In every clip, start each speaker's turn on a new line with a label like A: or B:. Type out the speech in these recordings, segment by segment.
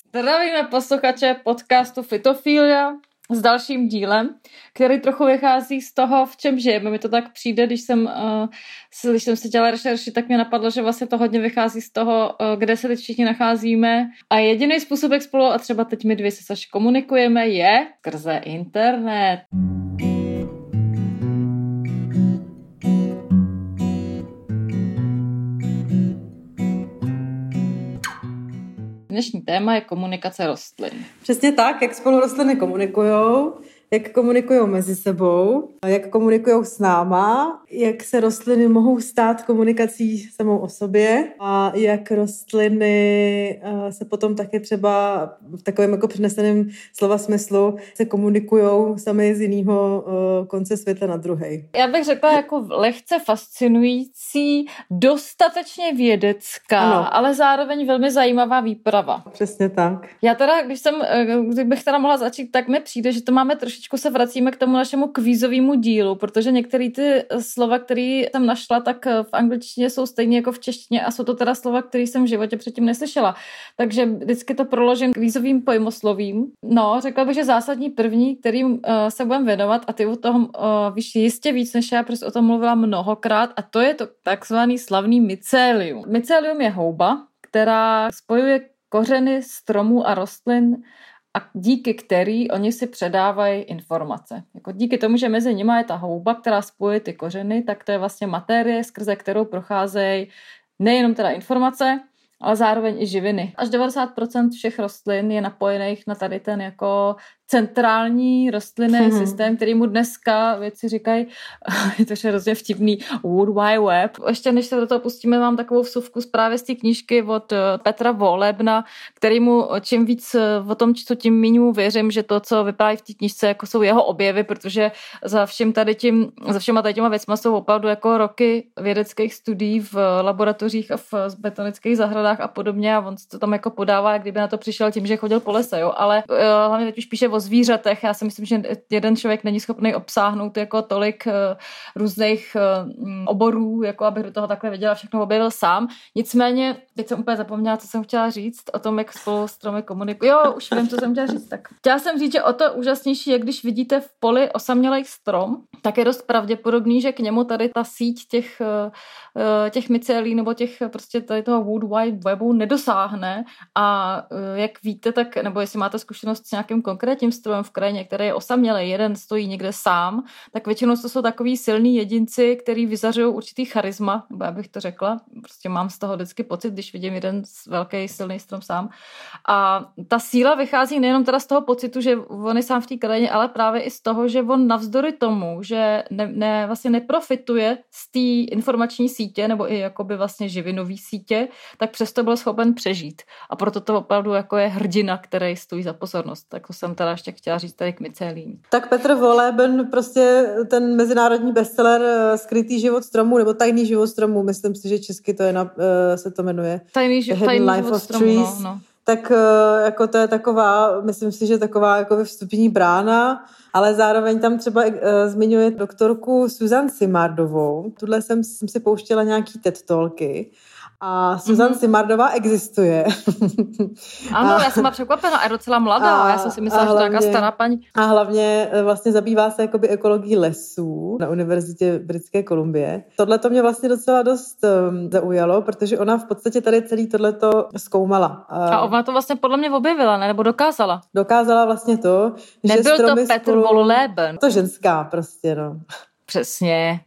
A: Zdravíme posluchače podcastu Fitofilia s dalším dílem, který trochu vychází z toho, v čem žijeme. Mi to tak přijde, když jsem si dělala rešerši, tak mě napadlo, že vlastně to hodně vychází z toho, kde se teď všichni nacházíme. A jediný způsob, jak spolu, a třeba teď my dvě se Saši komunikujeme, je skrze internet. Dnešní téma je komunikace rostlin.
B: Přesně tak, jak spolu rostliny komunikujou, jak komunikují mezi sebou, jak komunikují s náma, jak se rostliny mohou stát komunikací samou o sobě a jak rostliny se potom taky třeba v takovém jako přeneseném slova smyslu se komunikují sami z jiného konce světa na druhej.
A: Já bych řekla jako lehce fascinující, dostatečně vědecká, ano, ale zároveň velmi zajímavá výprava.
B: Přesně tak.
A: Já teda, kdybych teda mohla začít, tak mi přijde, že to máme trošičku se vracíme k tomu našemu kvízovému dílu, protože některé ty slova, které jsem našla, tak v angličtině jsou stejně jako v češtině a jsou to teda slova, které jsem v životě předtím neslyšela. Takže vždycky to proložím kvízovým pojmoslovím. No, řekla bych, že zásadní první, kterým se budeme věnovat, a ty o tom víš jistě víc než já, protože o tom mluvila mnohokrát, a to je to takzvaný slavný mycelium. Mycelium je houba, která spojuje kořeny stromů a rostlin a díky který oni si předávají informace. Jako díky tomu, že mezi nimi je ta houba, která spojuje ty kořeny, tak to je vlastně materie, skrze kterou procházejí nejenom teda informace, ale zároveň i živiny. Až 90% všech rostlin je napojených na tady ten jako centrální rostlinný systém, který mu dneska věci říkají, je to hrozně vtipný, World Wide Web. Ještě než se do toho pustíme, mám takovou vsuvku právě z té knížky od Petra Volebna, kterýmu čím víc o tom čtu, tím méně mu věřím, že to, co vypráví v té knížce, jako jsou jeho objevy, protože za všema tady těma věcma jsou opravdu jako roky vědeckých studií v laboratořích a v betonických zahradách a podobně a on to tam jako podává, jak kdyby na to přišel tím, že chodil po lese, jo, ale hlavně teď už píše o zvířatech. Já si myslím, že jeden člověk není schopný obsáhnout jako tolik různých oborů, jako abych do toho takhle viděla, všechno objevil sám. Nicméně, teď jsem úplně zapomněla, co jsem chtěla říct o tom, jak spolu stromy komunikují. Jo, už vím, co jsem chtěla říct. Tak chtěla jsem říct, že o to úžasnější je, když vidíte v poli osamělý strom, tak je dost pravděpodobný, že k němu tady ta síť těch mycelí nebo těch prostě tady toho World Wide Webu nedosáhne a jak víte, tak, nebo jestli máte zkušenost s nějakým konkrétním stromem v krajině, který je osamělý, jeden stojí někde sám, tak většinou to jsou takový silní jedinci, který vyzařují určitý charisma, nebo já bych to řekla, prostě mám z toho vždycky pocit, když vidím jeden velký silný strom sám. A ta síla vychází nejenom teda z toho pocitu, že on je sám v té krajině, ale právě i z toho, že on navzdory tomu, že vlastně neprofituje z té informační sítě, nebo i jakoby vlastně živinový sítě, tak přesto byl schopen přežít. A proto to opravdu jako je hrdina, který stojí za pozornost. Tak to jsem teda ještě chtěla říct tady k mycelím.
B: Tak Petr Voleben, prostě ten mezinárodní bestseller Skrytý život stromů, nebo Tajný život stromů, myslím si, že česky to je se to jmenuje.
A: Tajný život stromů, no.
B: Tak jako to je taková, myslím si, že taková jako vstupní brána, ale zároveň tam třeba zmiňuje doktorku Susan Simardovou. Tuhle jsem si pouštěla nějaký TED Talky. A Susan Simardová existuje.
A: Ano, já jsem byla překvapená, je docela mladá. Já jsem si myslela, že to je nějaká stará paní.
B: A hlavně vlastně zabývá se jakoby ekologií lesů na Univerzitě Britské Kolumbie. Tohle to mě vlastně docela dost zaujalo, protože ona v podstatě tady celý tohleto zkoumala.
A: A ona to vlastně podle mě objevila, ne? Nebo dokázala?
B: Dokázala vlastně to, že
A: nebyl
B: stromy
A: to Petr Voleben.
B: To ženská prostě, no.
A: Přesně.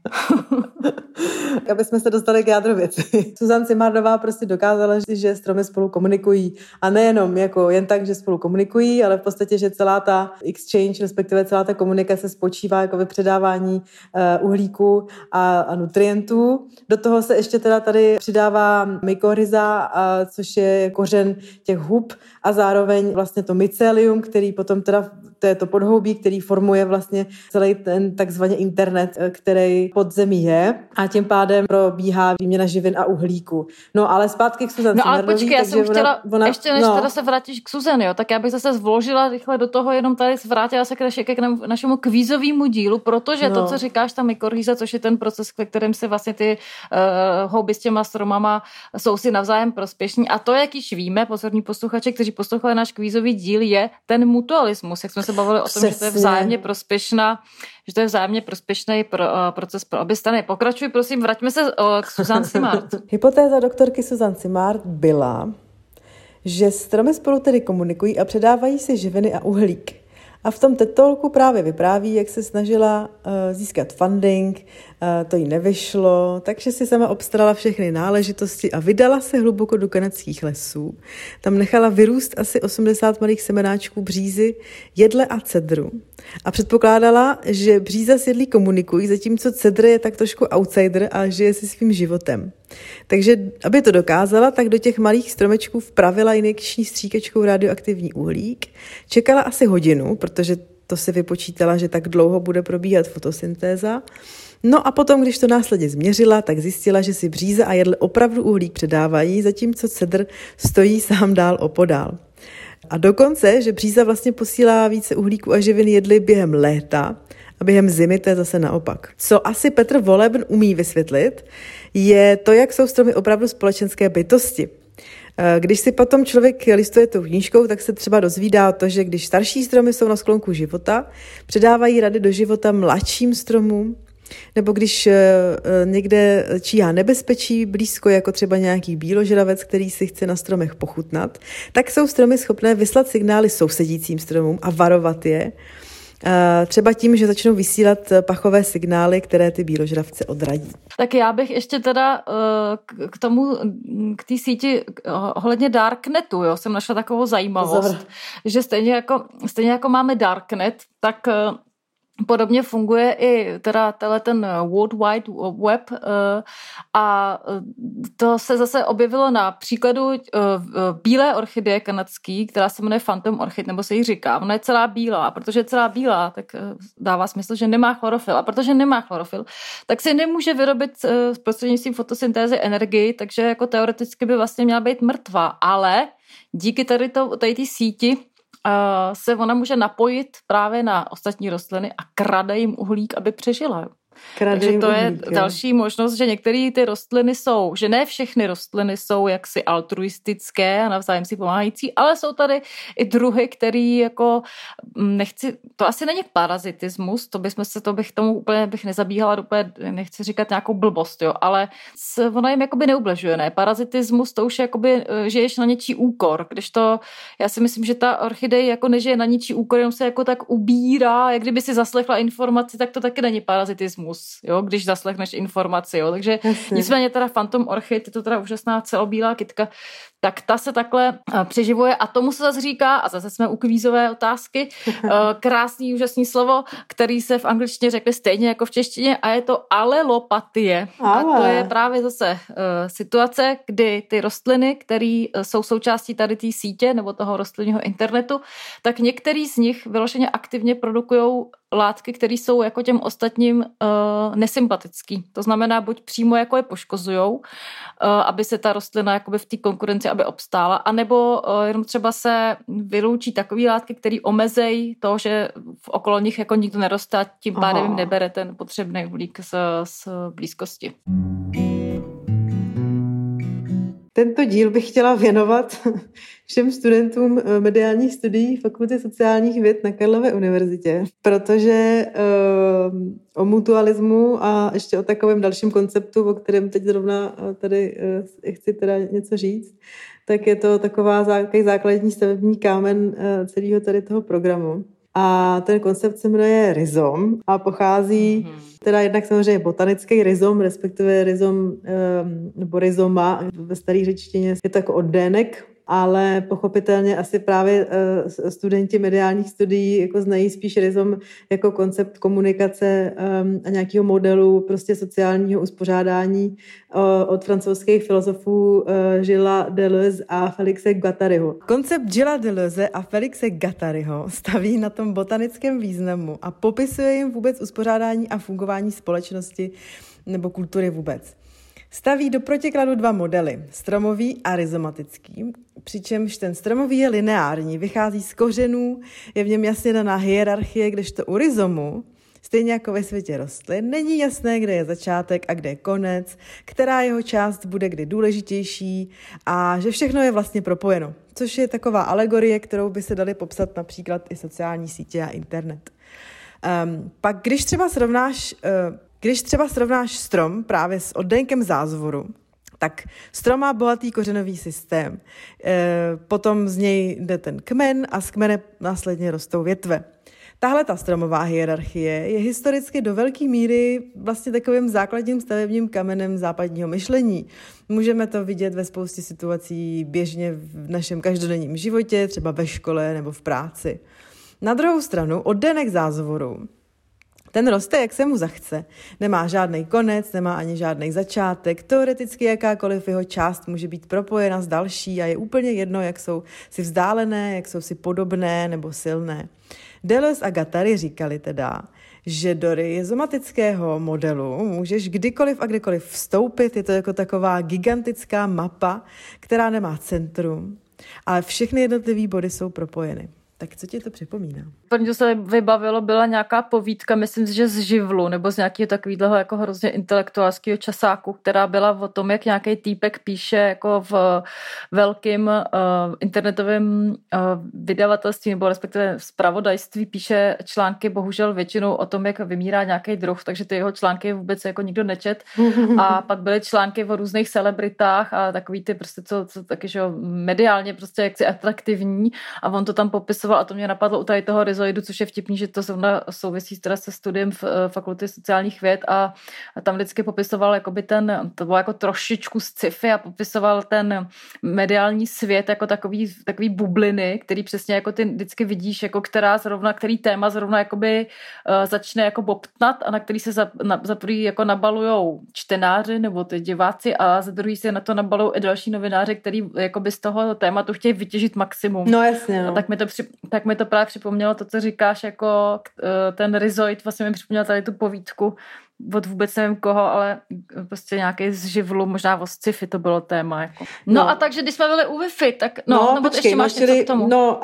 B: Aby jsme se dostali k jádru věci. Susan Simardová prostě dokázala, že stromy spolu komunikují. A nejenom jako jen tak, že spolu komunikují, ale v podstatě, že celá ta exchange, respektive celá ta komunikace spočívá jako ve předávání uhlíku a nutrientů. Do toho se ještě teda tady přidává mykorhiza, což je kořen těch hub a zároveň vlastně to mycelium, který potom teda to je to podhoubí, který formuje vlastně celý ten takzvaný internet, který pod zemí je. a tím pádem probíhá výměna živin a uhlíku. No ale zpátky k Suzance
A: Mardový.
B: Mardový.
A: Počkej, já jsem chtěla, ještě než teda se vrátíš k Suzanne, jo, tak já bych zase vložila rychle do toho, jenom tady vrátila se k našemu kvízovému dílu, protože to, co říkáš tam mykorrhiza, což je ten proces, ve kterém se vlastně ty houby s těma stromama jsou si navzájem prospěšní. A to, jak již víme, pozorní posluchači, kteří poslouchali náš kvízový díl, je ten mutualismus, jak jsme se bavili o tom, že to je vzájemně prospěšný proces pro obě strany. Pokračuj, prosím, vraťme se k Suzanne Simard.
B: Hypotéza doktorky Suzanne Simard byla, že stromy spolu tedy komunikují a předávají si živiny a uhlík. A v tom TED Talku právě vypráví, jak se snažila získat funding, to jí nevyšlo, takže si sama obstarala všechny náležitosti a vydala se hluboko do kanadských lesů. Tam nechala vyrůst asi 80 malých semenáčků břízy, jedle a cedru. A předpokládala, že bříza s jedlí komunikují, zatímco cedr je tak trošku outsider a žije si svým životem. Takže, aby to dokázala, tak do těch malých stromečků vpravila injekční stříkačkou radioaktivní uhlík. Čekala asi hodinu, protože to si vypočítala, že tak dlouho bude probíhat fotosyntéza. No a potom, když to následně změřila, tak zjistila, že si bříza a jedle opravdu uhlík předávají, zatímco cedr stojí sám dál opodál. A dokonce, že bříza vlastně posílá více uhlíku a živin jedli během léta a během zimy to je zase naopak. Co asi Petr Volebn umí vysvětlit, je to, jak jsou stromy opravdu společenské bytosti. Když si potom člověk listuje tou knížkou, tak se třeba dozvídá to, že když starší stromy jsou na sklonku života, předávají rady do života mladším stromům, nebo když někde číhá nebezpečí blízko, jako třeba nějaký bíložravec, který si chce na stromech pochutnat, tak jsou stromy schopné vyslat signály sousedícím stromům a varovat je, třeba tím, že začnou vysílat pachové signály, které ty bíložravce odradí. Tak
A: já bych ještě teda k té síti ohledně Darknetu, jo, jsem našla takovou zajímavost, že stejně jako máme Darknet, tak podobně funguje i teda ten World Wide Web a to se zase objevilo na příkladu bílé orchideje kanadský, která se jmenuje Phantom Orchid, nebo se jí říká. Ona je celá bílá a protože je celá bílá, tak dává smysl, že nemá chlorofyl. A protože nemá chlorofyl, tak si nemůže vyrobit prostřednictvím fotosyntézy energii, takže jako teoreticky by vlastně měla být mrtvá. Ale díky tady té síti se ona může napojit právě na ostatní rostliny a krade jim uhlík, aby přežila. Takže to je další možnost, že některé ty rostliny jsou, že ne všechny rostliny jsou jaksi altruistické a navzájem si pomáhající, ale jsou tady i druhy, který jako to asi není parazitismus, to bych tomu úplně nezabíhala, úplně nechci říkat nějakou blbost, jo, ale ona jim jakoby neubležuje, ne? Parazitismus to už je jakoby, žiješ na něčí úkor, když to, já si myslím, že ta orchidej jako nežije na něčí úkor, jenom se jako tak ubírá, jak kdyby si zaslechla informaci, tak to taky není parazitismus. Jo, když zaslechneš informaci, jo. Takže nicméně teda Phantom Orchid, je to teda úžasná celobílá kytka, tak ta se takhle přeživuje a tomu se zase říká, a zase jsme u kvízové otázky, krásný, úžasný slovo, který se v angličtině řekne stejně jako v češtině a je to alelopatie. A to je právě zase situace, kdy ty rostliny, které jsou součástí tady té sítě nebo toho rostlinného internetu, tak některý z nich vyloženě aktivně produkují látky, které jsou jako těm ostatním nesympatický. To znamená, buď přímo jako je poškozujou, aby se ta rostlina jakoby v té konkurenci aby obstála, anebo jenom třeba se vyloučí takové látky, které omezejí to, že v okolo nich jako nikdo neroste a tím pádem jim nebere ten potřebný uhlík z blízkosti.
B: Tento díl bych chtěla věnovat všem studentům mediálních studií Fakulty sociálních věd na Karlově univerzitě, protože o mutualismu a ještě o takovém dalším konceptu, o kterém teď zrovna tady chci teda něco říct, tak je to takový základní stavební kámen celého tady toho programu. A ten koncept se jmenuje rhizom a pochází teda jednak samozřejmě botanický rhizom, respektive rhizom nebo rhizoma ve staré řečtině je to jako oddének ale pochopitelně asi právě studenti mediálních studií jako znají spíš rizom jako koncept komunikace a nějakého modelu prostě sociálního uspořádání od francouzských filozofů Gilles Deleuze a Felixe Guattariho. Koncept Gilles Deleuze a Felixe Guattariho staví na tom botanickém významu a popisuje jim vůbec uspořádání a fungování společnosti nebo kultury vůbec. Staví do protikladu dva modely, stromový a rizomatický, přičemž ten stromový je lineární, vychází z kořenů, je v něm jasně daná hierarchie, kdežto u rizomu, stejně jako ve světě rostlin, není jasné, kde je začátek a kde je konec, která jeho část bude kdy důležitější a že všechno je vlastně propojeno, což je taková alegorie, kterou by se dali popsat například i sociální sítě a internet. Pak když třeba srovnáš strom právě s oddenkem zázvoru, tak strom má bohatý kořenový systém. Potom z něj jde ten kmen a z kmene následně rostou větve. Tahle ta stromová hierarchie je historicky do velké míry vlastně takovým základním stavebním kamenem západního myšlení. Můžeme to vidět ve spoustě situací běžně v našem každodenním životě, třeba ve škole nebo v práci. Na druhou stranu oddenek zázvoru, ten roste, jak se mu zachce. Nemá žádný konec, nemá ani žádný začátek. Teoreticky jakákoliv jeho část může být propojena s další a je úplně jedno, jak jsou si vzdálené, jak jsou si podobné nebo silné. Deleuze a Guattari říkali teda, že do rizomatického modelu můžeš kdykoliv a kdekoliv vstoupit. Je to jako taková gigantická mapa, která nemá centrum, ale všechny jednotlivé body jsou propojeny. Tak co ti to připomíná?
A: První, co se vybavilo, byla nějaká povídka, myslím si, že z Živlu, nebo z nějakého takového jako hrozně intelektuálského časáku, která byla o tom, jak nějaký týpek píše jako v velkým internetovém vydavatelství, nebo respektive zpravodajství píše články, bohužel většinou o tom, jak vymírá nějaký druh, takže ty jeho články vůbec jako nikdo nečet. A pak byly články o různých celebritách a takový ty prostě, co taky, že mediálně prostě jaksi atraktivní a on to tam popisoval a to mě napadlo u tady toho rizoidu, což je vtipný, že to zrovna souvisí teda se studiem v fakultě sociálních věd a tam vždycky popisoval jakoby to bylo jako trošičku sci-fi a popisoval ten mediální svět jako takový bubliny, který přesně jako ty vždycky vidíš, jako který téma zrovna jakoby začne jako bobtnat a na který se za prvý jako nabalujou čtenáři nebo ty diváci a za druhý se na to nabalují i další novináři, který jakoby z toho tématu chtějí vytěžit maximum.
B: No jasně, no.
A: A tak mi to právě připomnělo to, co říkáš, jako ten rizoid, vlastně mi připomněl tady tu povídku od vůbec nevím koho, ale prostě nějaký z Živlu, možná o sci-fi to bylo téma. Jako. No a takže, když jsme byli u Wi-Fi, tak nebo počkej, ještě máš něco k tomu?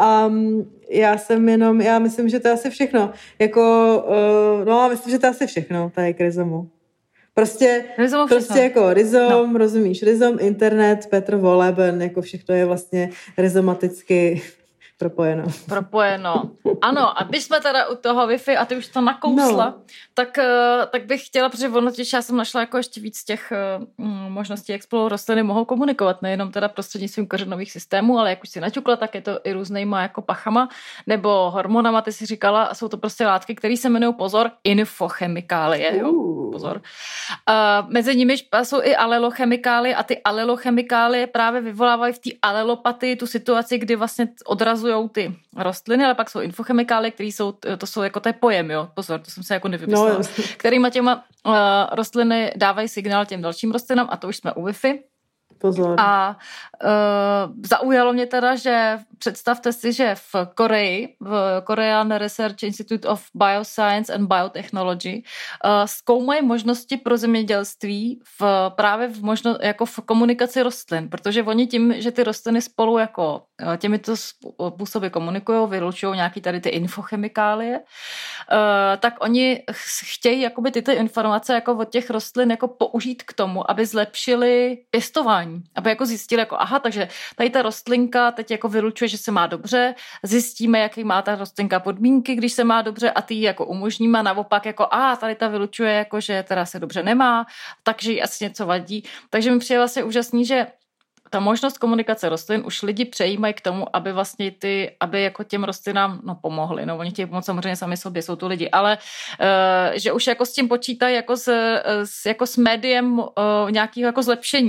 B: Já myslím, že to je asi všechno. Myslím, že to je asi všechno, tady k rizomu. Prostě jako rizom, rozumíš, rizom, internet, Petr Voleben, jako všechno je vlastně rizomaticky propojeno. Ano, a když jsme teda u toho Wi-Fi a ty už to nakousla, tak bych chtěla, protože já jsem našla jako ještě víc těch možností, jak spolu rostliny mohou komunikovat, nejenom teda prostřednictvím kořenových systémů, ale jak už si naťukla, tak je to i různýma jako pachama nebo hormonama, ty si říkala, jsou to prostě látky, které se jmenují, pozor, infochemikálie, jo, pozor. Mezi nimi jsou i alelochemikálie a ty alelochemikálie právě vyvolávají v té alelopatii tu situaci, kdy vlastně odrazujou ty rostliny, ale pak jsou infochemikálie, které jsou jako to je pojem, jo, pozor, to jsem se jako nevymyslela, kterýma těma rostliny dávají signál těm dalším rostlinám a to už jsme u Wi-Fi. Pozor.
A: A zaujalo mě teda, že představte si, že v Koreji, v Korean Research Institute of Bioscience and Biotechnology zkoumají možnosti pro zemědělství právě jako v komunikaci rostlin, protože oni tím, že ty rostliny spolu jako těmito způsoby komunikují, vylučují nějaký tady ty infochemikálie, tak oni chtějí jakoby tyto informace jako od těch rostlin jako použít k tomu, aby zlepšili pěstování. Aby jako zjistili, jako aha, takže tady ta rostlinka teď jako vylučuje, že se má dobře, zjistíme, jaký má ta rostlinka podmínky, když se má dobře a ty ji jako umožníme a naopak jako tady ta vylučuje, jako že teda se dobře nemá, takže jí asi něco vadí. Takže mi přijde vlastně úžasný, že ta možnost komunikace rostlin už lidi přejímají k tomu, aby vlastně aby jako těm rostlinám pomohli. No, oni chtějí pomoct samozřejmě sami sobě, jsou to lidi, ale že už jako s tím počítají jako s médiem nějakého jako zlepšení.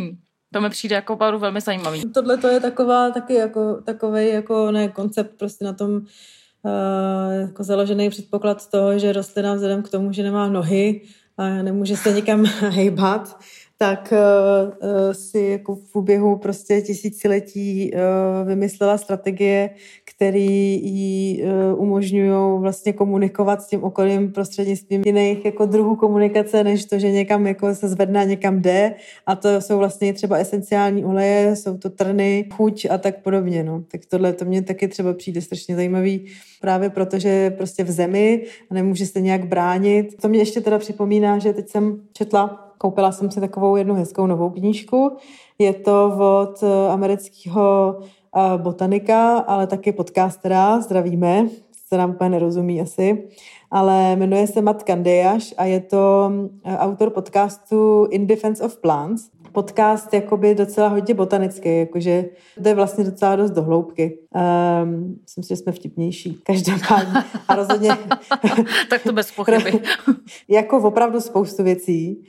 A: To mi přijde jako opravdu velmi zajímavý.
B: Tohle to je takový ne koncept prostě na tom jako založený předpoklad toho, že rostlina vzhledem k tomu, že nemá nohy a nemůže se nikam hejbat, tak si jako v průběhu prostě tisíciletí vymyslela strategie, které jí umožňují vlastně komunikovat s tím okolím prostřednictvím jiných jako druhů komunikace, než to, že někam jako se zvedne a někam jde. A to jsou vlastně třeba esenciální oleje, jsou to trny, chuť a tak podobně. No. Tak tohle to mě taky třeba přijde strašně zajímavý, právě protože je prostě v zemi a nemůže se nějak bránit. To mě ještě teda připomíná, že teď jsem koupila jsem si takovou jednu hezkou novou knížku. Je to od amerického botanika, ale taky podcastera, zdravíme, se nám úplně nerozumí asi, ale jmenuje se Matt Candeas a je to autor podcastu In Defense of Plants. Podcast jakoby docela hodně botanický, jakože jde vlastně docela dost do hloubky. Myslím si, že jsme vtipnější. Každopádně. A rozhodně...
A: Tak to bez pochyby.
B: Jako opravdu spoustu věcí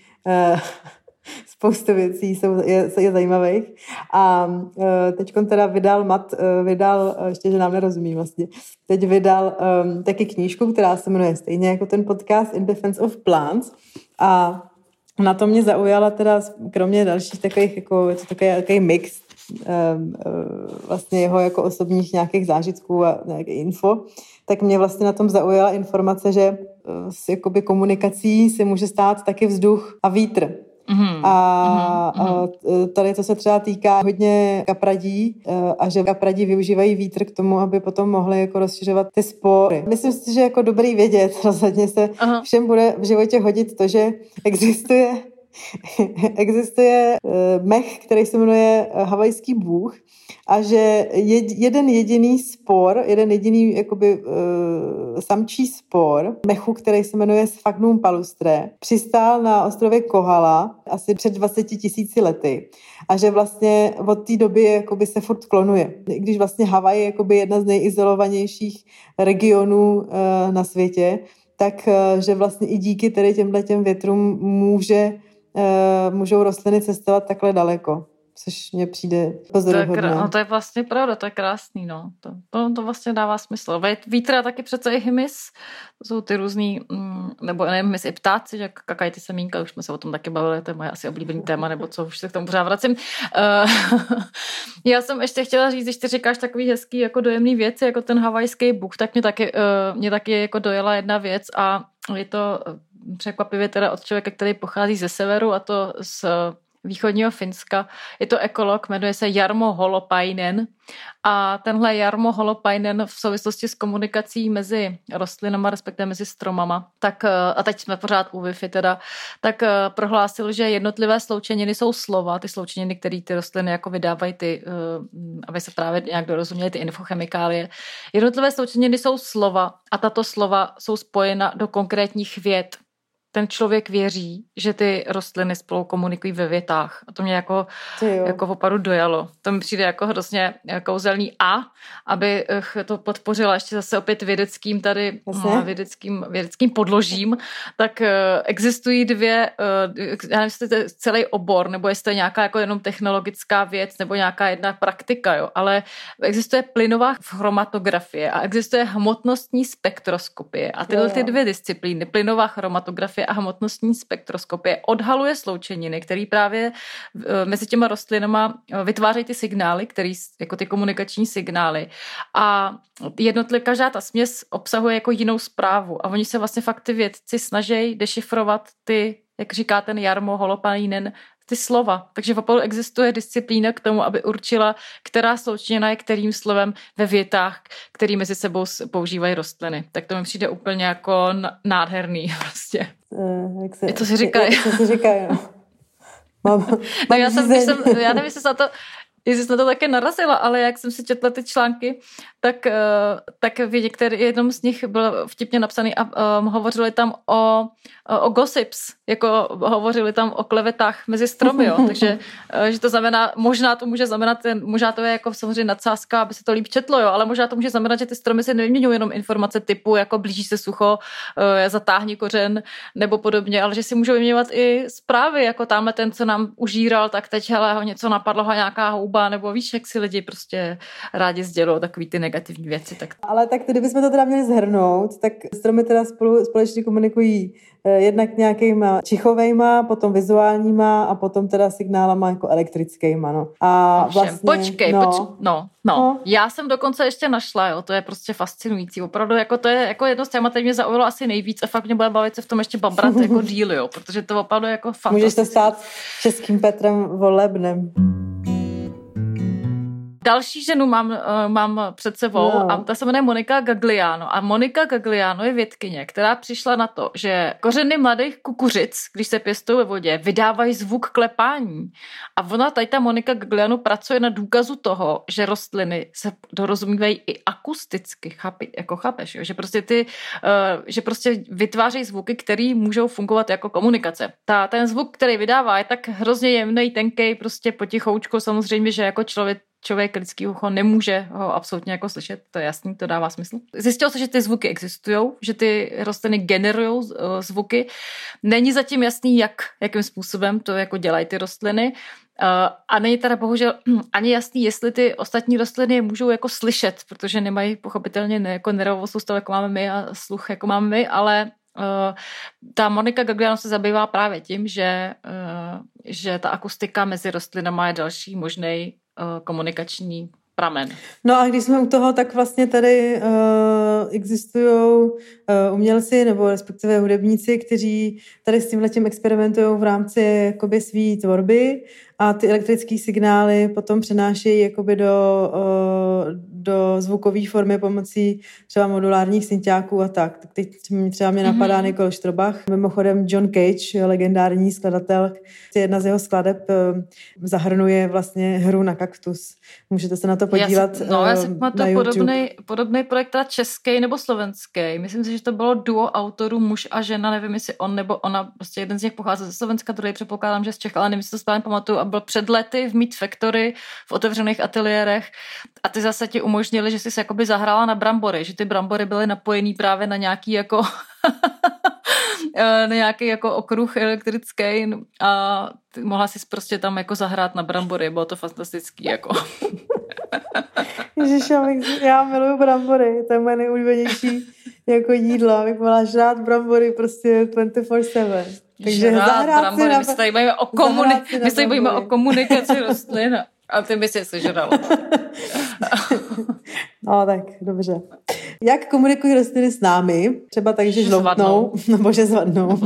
B: je zajímavých. A teďkon teda vydal, ještě, že nám nerozumí vlastně, teď vydal taky knížku, která se jmenuje stejně jako ten podcast In Defense of Plants. A na to mě zaujala teda, kromě dalších takových, jako, je to takový mix vlastně jeho jako osobních nějakých zážitků a nějaké info, tak mě vlastně na tom zaujala informace, že s jakoby komunikací se může stát taky vzduch a vítr. A tady to se třeba týká hodně kapradí a že kapradí využívají vítr k tomu, aby potom mohli jako rozšiřovat ty spory. Myslím si, že jako dobrý vědět, rozhodně se všem bude v životě hodit to, že existuje mech, který se jmenuje havajský bůh a že jeden jediný jakoby samčí spor mechu, který se jmenuje Sphagnum palustre, přistál na ostrově Kohala asi před 20 000 lety a že vlastně od té doby jakoby se furt klonuje. I když vlastně Havaj je jakoby jedna z nejizolovanějších regionů na světě, tak že vlastně i díky tedy těmhletěm větrům můžou rostliny cestovat takhle daleko, což mně přijde pozoruhodné.
A: To je vlastně pravda, to je krásný, no. To vlastně dává smysl. Vítr a taky přece i hmyz, to jsou ty různý, nebo nevím, hmyz i ptáci, že kakají ty semínka, už jsme se o tom taky bavili, to je moje asi oblíbený téma, nebo co, už se k tomu pořád vracím. Já jsem ještě chtěla říct, když ty říkáš takový hezký, jako dojemný věci, jako ten havajský bůh, tak mě taky jako dojela jedna věc a je to překvapivě teda od člověka, který pochází ze severu, a to z východního Finska. Je to ekolog, jmenuje se Jarmo Holopainen a tenhle Jarmo Holopainen v souvislosti s komunikací mezi rostlinama, respektive mezi stromama, tak, a teď jsme pořád u Wi-Fi teda, tak prohlásil, že jednotlivé sloučeniny jsou slova, ty sloučeniny, které ty rostliny jako vydávají, aby se právě nějak dorozuměly ty infochemikálie. Jednotlivé sloučeniny jsou slova a tato slova jsou spojena do konkrétních vět. Ten člověk věří, že ty rostliny spolu komunikují ve větách. A to mě jako opravdu dojalo. To mi přijde jako hrozně kouzelný aby to podpořila ještě zase opět vědeckým podložím, tak existují dvě, já nevím, jestli to je celý obor, nebo jestli to je nějaká jako jenom technologická věc, nebo nějaká jedna praktika, jo, ale existuje plynová chromatografie a existuje hmotnostní spektroskopie. A tyhle ty dvě disciplíny, plynová chromatografie a hmotnostní spektroskopie, odhaluje sloučeniny, které právě mezi těma rostlinama vytvářejí ty signály, které jako ty komunikační signály. A každá ta směs obsahuje jako jinou zprávu. A oni se vlastně fakt ty vědci snaží dešifrovat ty, jak říká ten Jarmo Holopainen, ty slova. Takže opravdu existuje disciplína k tomu, aby určila, která sloučenina je kterým slovem ve větách, který mezi sebou používají rostliny. Tak to mi přijde úplně jako nádherný prostě. Co si říkají?
B: Co si říkají, no.
A: Já nevím, jestli se na to... jestli jsme to také narazila, ale jak jsem si četla ty články, tak v jednom z nich byl vtipně napsaný a hovořili tam o gossips, jako hovořili tam o klevetách mezi stromy, jo. Takže že to znamená, možná to může znamenat, možná to je jako samozřejmě nadsázka, aby se to líp četlo, jo, ale možná to může znamenat, že ty stromy se nevyměňují jenom informace typu, jako blíží se sucho, zatáhni kořen nebo podobně, ale že si můžou vyměňovat i zprávy, jako tamhle ten, co nám užíral, tak teď hele, ho něco napadlo, ho nějaká houba, nebo víš, jak si lidi prostě rádi sdělou takový ty negativní věci. Tak...
B: Ale tak kdybychom to teda měli zhrnout, tak stromy teda společně komunikují jednak nějakýma čichovejma, potom vizuálníma a potom teda signálama jako elektrickýma, no. A vlastně,
A: počkej, já jsem dokonce ještě našla, jo, to je prostě fascinující, opravdu, jako to je jako jedno z témat, které mě zaujalo asi nejvíc a fakt mě bude bavit se v tom ještě babrat jako díl, jo, protože to opravdu je jako fantastické.
B: Můžeš to stát českým Petrem Volebnem.
A: Další ženu mám před sebou a ta se jmenuje Monika Gagliano. A Monika Gagliano je vědkyně, která přišla na to, že kořeny mladých kukuřic, když se pěstují ve vodě, vydávají zvuk klepání. A ta Monika Gagliano pracuje na důkazu toho, že rostliny se dorozumívají i akusticky, chápeš, jo? Že prostě vytvářejí zvuky, které můžou fungovat jako komunikace. Ten zvuk, který vydává, je tak hrozně jemný, tenkej, prostě potichoučko, samozřejmě, že jako člověk lidský ucho nemůže ho absolutně jako slyšet, to je jasný, to dává smysl. Zjistilo se, že ty zvuky existují, že ty rostliny generují zvuky. Není zatím jasný, jakým způsobem to jako dělají ty rostliny. A není teda bohužel ani jasný, jestli ty ostatní rostliny je můžou jako slyšet, protože nemají pochopitelně jako nervovou soustavu, jako máme my a sluch, jako máme my, ale ta Monika Gagliano se zabývá právě tím, že ta akustika mezi rostlinama je další možný komunikační pramen.
B: No a když jsme u toho, tak vlastně tady existují umělci nebo respektive hudebníci, kteří tady s tímhletím experimentují v rámci jakoby své tvorby a ty elektrické signály potom přenášejí jakoby do zvukové formy pomocí třeba modulárních synťáků a tak. Tak teď třeba mě napadá Nicole Strobach. Mimochodem John Cage, legendární skladatel, jedna z jeho skladeb zahrnuje vlastně hru na kaktus. Můžete se na to podívat
A: já si
B: na YouTube.
A: Podobný projekt teda český nebo slovenský. Myslím si, že to bylo duo autorů, muž a žena, nevím, jestli on nebo ona, prostě jeden z nich pochází ze Slovenska, druhý předpokládám, že z Čech, ale nevím, jestli to správně pamatuju, a byl před lety v Meat Factory v otevřených ateliérech a ty zase ti umožnili, že jsi se jakoby zahrála na brambory, že ty brambory byly napojený právě na nějaký jako na nějaký jako okruh elektrický a ty mohla si prostě tam jako zahrát na brambory, bylo to fantastický jako.
B: Ježiš, já miluju brambory, to je moje nejoblíbenější jako jídlo, abych mohla žrát brambory prostě 24/7. Takže zahrát si
A: my se tady bavíme o komunikaci rostlin a ty by si sežrala.
B: No tak, dobře. Jak komunikují rostliny s námi? Třeba tak, že žloutnou, nebo že zvadnou.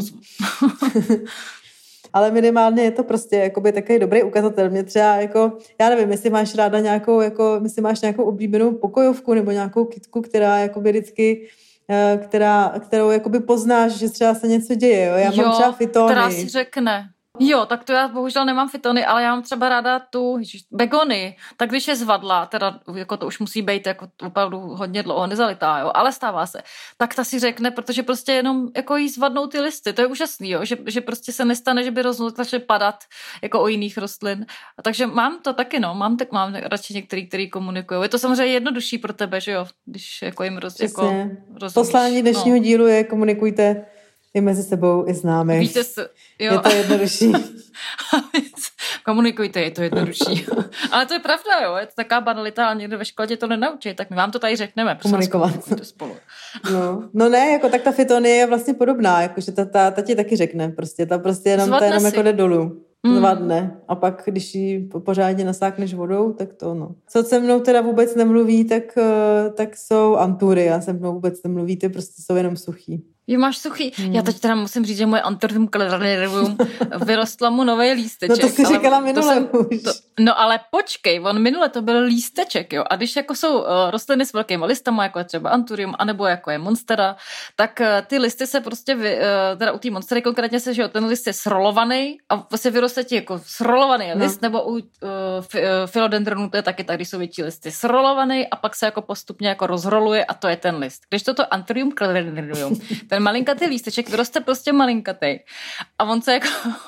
B: Ale minimálně je to prostě jakoby takový dobrý ukazatel. Mě třeba jako, já nevím, jestli máš ráda nějakou, jako, jestli máš nějakou oblíbenou pokojovku nebo nějakou kytku, která jakoby vždycky kterou jakoby poznáš, že třeba se něco děje. Jo? Já mám třeba fitony.
A: Která si řekne. Jo, tak to já bohužel nemám fitony, ale já mám třeba ráda begony. Tak když je zvadla, teda jako to už musí být jako opravdu hodně dlouho nezalitá, jo, ale stává se. Tak ta si řekne, protože prostě jenom jako jí zvadnou ty listy. To je úžasný, jo, že prostě se nestane, že by začaly padat jako o jiných rostlin. A takže mám to taky, no, mám radši některý, který komunikují. Je to samozřejmě jednodušší pro tebe, že jo, když jako jim rozumíš.
B: Poslání dnešního dílu je komunikujte i mezi sebou, i s námi.
A: Víte se, jo.
B: Je to jednodušší.
A: Komunikujte, je to jednodušší. Ale to je pravda, jo. Je to taková banalita, ale někde ve škole to nenaučí, tak my vám to tady řekneme.
B: Komunikovat.
A: Spolu.
B: No ne, jako tak ta fitonie je vlastně podobná, jakože ta ti taky řekne, prostě ta prostě jenom jako jde dolů. Zvadne. A pak, když ji pořádně nasákneš vodou, tak to no. Co se mnou teda vůbec nemluví, tak jsou antury. Já se mnou vůbec nemluví, ty prostě jsou jenom suchý.
A: Jo, máš suchý. Já teď teda musím říct, že moje Anthurium calendarium vyrostla mu nový lísteček.
B: No to jsi říkala minule už.
A: No ale počkej, on minule to byl lísteček, jo. A když jako jsou rostliny s velkými listama, jako je třeba Anthurium, anebo jako je Monstera, tak ty listy se prostě, teda u té Monstery konkrétně se, že jo, ten list je srolovaný a vlastně vyroste ti jako srolovaný list, nebo u philodendronů to je taky tak, když jsou větší listy srolovaný a pak se jako postupně jako rozroluje a to je ten list. Když toto Anthurium calendarium, ten malinkatý lísteček vyroste prostě malinkatý. A on se jako...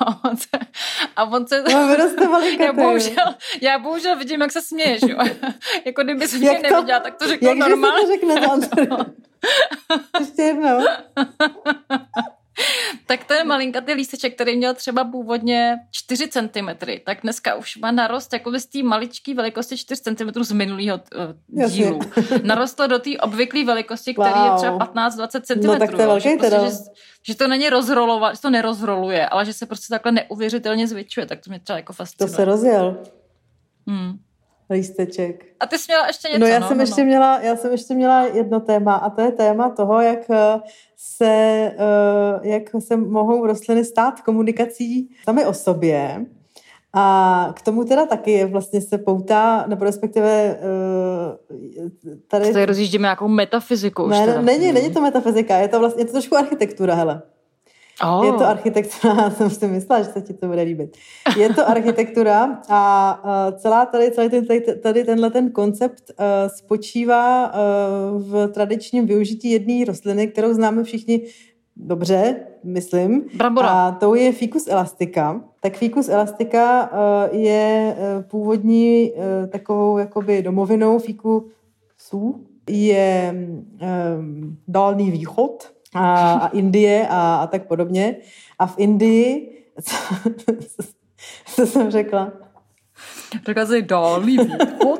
B: No, vyroste malinkatý.
A: Já bohužel vidím, jak se směješ, jo. Jako kdyby se mě neviděla, tak to řeknu normálně.
B: Jak se to řekne, ještě jednou.
A: Tak ten malinkatý lísteček, který měl třeba původně 4 cm, tak dneska už má narost jako z té maličké velikosti 4 cm z minulého dílu. Narostlo do té obvyklé velikosti, který je třeba 15-20 cm.
B: No tak to je velký teda.
A: Že to není rozrolovat, že to nerozroluje, ale že se prostě takhle neuvěřitelně zvětšuje, tak to mě třeba jako fascinuje.
B: To se rozjel. Lísteček.
A: A ty jsi měla ještě něco?
B: No, já jsem ještě měla jedno téma a to je téma toho, jak se mohou rostliny stát komunikací sami o sobě. A k tomu teda taky vlastně se poutá, nebo respektive tady...
A: Tady rozjíždíme nějakou metafyziku.
B: Ne, není to metafyzika, je to trošku architektura, hele.
A: Oh.
B: Je to architektura, já jsem si myslela, že se ti to bude líbit. Je to architektura a celý tenhle ten koncept spočívá v tradičním využití jedné rostliny, kterou známe všichni dobře, myslím.
A: Brambora.
B: A tou je Ficus elastica. Tak Ficus elastica je původní takovou jakoby domovinou fikusů. Je Dálný východ a Indie a tak podobně. A v Indii, co jsem řekla?
A: Řekla jsi Dálný východ?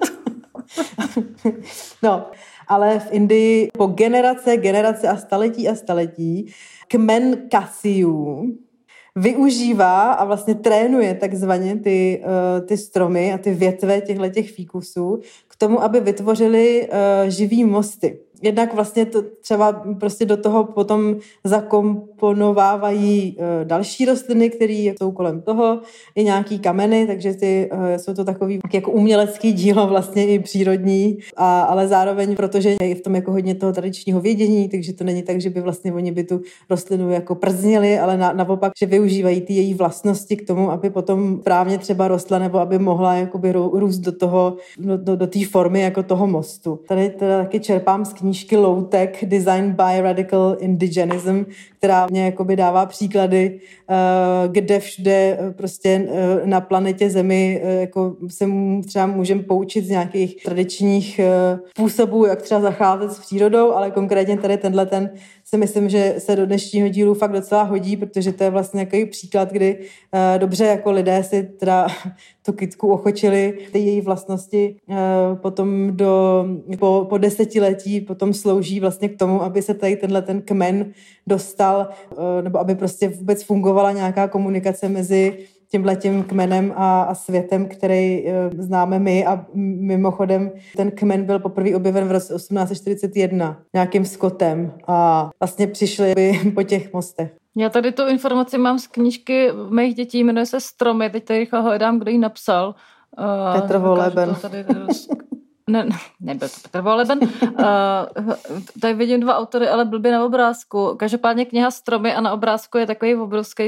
B: No, ale v Indii po generace a staletí kmen kasiů využívá a vlastně trénuje takzvaně ty stromy a ty větve těchto fíkusů k tomu, aby vytvořili živý mosty. Jednak vlastně to třeba prostě do toho potom zakomponovávají další rostliny, které jsou kolem toho, i nějaký kameny, takže jsou to takový jako umělecký dílo vlastně i přírodní, ale zároveň, protože je v tom jako hodně toho tradičního vědění, takže to není tak, že by vlastně oni by tu rostlinu jako prznili, ale naopak, že využívají ty její vlastnosti k tomu, aby potom právně třeba rostla nebo aby mohla jakoby růst do toho, do té formy jako toho mostu. Tady teda taky čerpám z knížky Low Tech Design by Radical Indigenism, která mě jakoby dává příklady, kde všude prostě na planetě Zemi jako se třeba můžeme poučit z nějakých tradičních způsobů, jak třeba zacházet s přírodou, ale konkrétně tady tenhle si myslím, že se do dnešního dílu fakt docela hodí, protože to je vlastně nějaký příklad, kdy dobře jako lidé si teda tu kytku ochočili, ty její vlastnosti potom po desetiletí potom slouží vlastně k tomu, aby se tady tenhle ten kmen dostal, nebo aby prostě vůbec fungovala nějaká komunikace mezi tímhletím kmenem a světem, který známe my a mimochodem ten kmen byl poprvé objeven v roce 1841 nějakým Scottem a vlastně přišli po těch mostech.
A: Já tady tu informaci mám z knížky mých dětí, jmenuje se Stromy, teď tady rychle hledám, kdo ji napsal.
B: Petr Voleben.
A: Nebyl to Petr Voleben. Tady vidím 2 autory, ale blbě na obrázku. Každopádně kniha Stromy a na obrázku je takový obrovský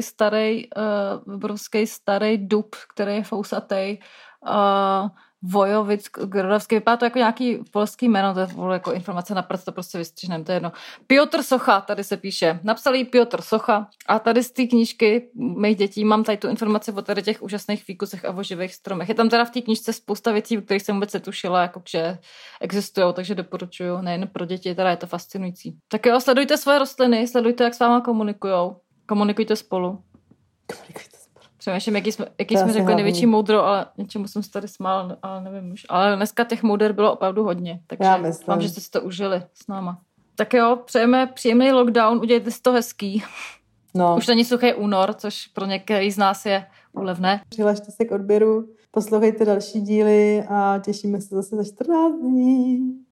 A: starý dub, který je fousatej. Vojovic, Grodovský, vypadá to jako nějaký polský jméno, to je jako informace na prst, to prostě vystřihneme, to je jedno. Piotr Socha, tady se píše, napsal jí Piotr Socha a tady z té knížky mých dětí mám tady tu informaci o tady těch úžasných fíkusech a o živých stromech. Je tam teda v té knížce spousta věcí, o kterých jsem vůbec netušila, jako že existují, takže doporučuju, nejen pro děti, teda je to fascinující. Tak jo, sledujte svoje rostliny, sledujte, jak s váma komunikujou, komunikujte spolu. Přemýšlím, jaký jsme řekli největší moudro, ale něčemu jsem se tady smál, ale nevím už. Ale dneska těch mouder bylo opravdu hodně, takže vám, že jste si to užili s náma. Tak jo, přejeme příjemný lockdown, udělejte si to hezký.
B: No.
A: Už není suchý únor, což pro některý z nás je úlevné.
B: Přihlašte se k odběru, poslouchejte další díly a těšíme se zase za 14 dní.